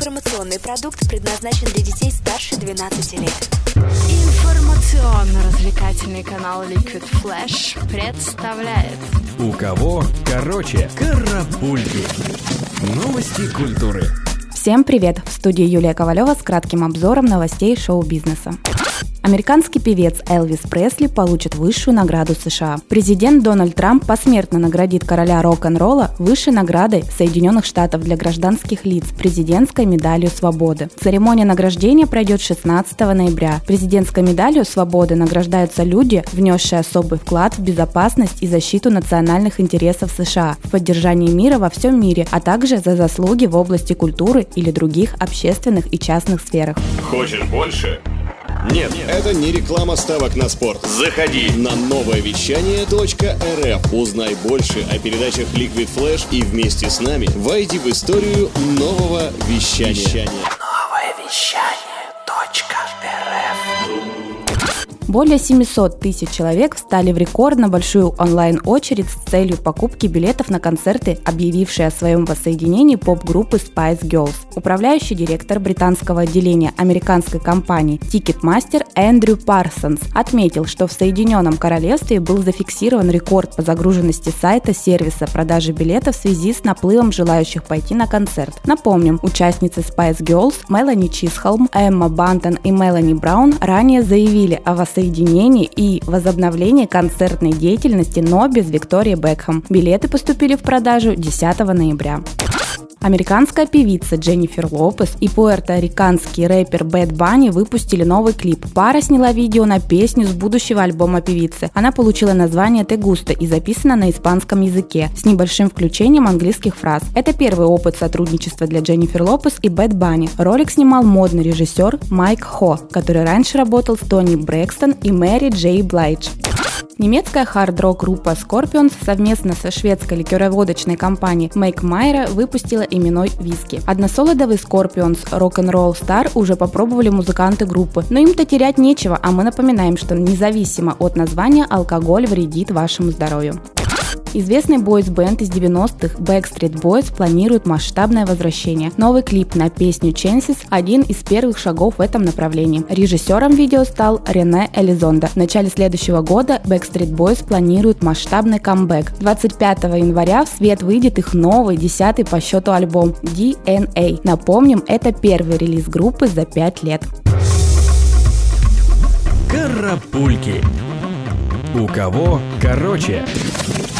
Информационный продукт предназначен для детей старше 12 лет. Информационно-развлекательный канал Liquid Flash представляет «У кого короче?» Карапульки. Новости культуры. Всем привет! В студии Юлия Ковалева с кратким обзором новостей шоу-бизнеса. Американский певец Элвис Пресли получит высшую награду США. Президент Дональд Трамп посмертно наградит короля рок-н-ролла высшей наградой Соединенных Штатов для гражданских лиц – президентской медалью свободы. Церемония награждения пройдет 16 ноября. Президентской медалью свободы награждаются люди, внесшие особый вклад в безопасность и защиту национальных интересов США, в поддержании мира во всем мире, а также за заслуги в области культуры или других общественных и частных сферах. Хочешь больше? Нет, это не реклама ставок на спорт. Заходи на нововещание.рф. Узнай больше о передачах Liquid Flash и вместе с нами войди в историю нового вещания. Более 700 тысяч человек встали в рекордно большую онлайн-очередь с целью покупки билетов на концерты, объявившие о своем воссоединении поп-группы Spice Girls. Управляющий директор британского отделения американской компании Ticketmaster Эндрю Парсонс отметил, что в Соединенном Королевстве был зафиксирован рекорд по загруженности сайта сервиса продажи билетов в связи с наплывом желающих пойти на концерт. Напомним, участницы Spice Girls Мелани Чисхолм, Эмма Бантон и Мелани Браун ранее заявили о воссоединении и возобновлении концертной деятельности, но без Виктории Бекхэм. Билеты поступили в продажу 10 ноября. Американская певица Дженнифер Лопес и пуэрториканский рэпер Бэд Банни выпустили новый клип. Пара сняла видео на песню с будущего альбома певицы. Она получила название «Те Густо» и записана на испанском языке, с небольшим включением английских фраз. Это первый опыт сотрудничества для Дженнифер Лопес и Бэд Банни. Ролик снимал модный режиссер Майк Хо, который раньше работал с Тони Брэкстон и Мэри Джей Блайдж. Немецкая хард-рок группа Scorpions совместно со шведской ликероводочной компанией Make Myra выпустила именной виски. Односолодовый Scorpions Rock'n'Roll Star уже попробовали музыканты группы, но им-то терять нечего, а мы напоминаем, что независимо от названия алкоголь вредит вашему здоровью. Известный бойс-бенд из 90-х Backstreet Boys планирует масштабное возвращение. Новый клип на песню Chances – один из первых шагов в этом направлении. Режиссером видео стал Рене Элизондо. В начале следующего года Backstreet Boys планирует масштабный камбэк. 25 января в свет выйдет их новый, 10-й по счету альбом DNA. Напомним, это первый релиз группы за 5 лет. Карапульки. У кого короче?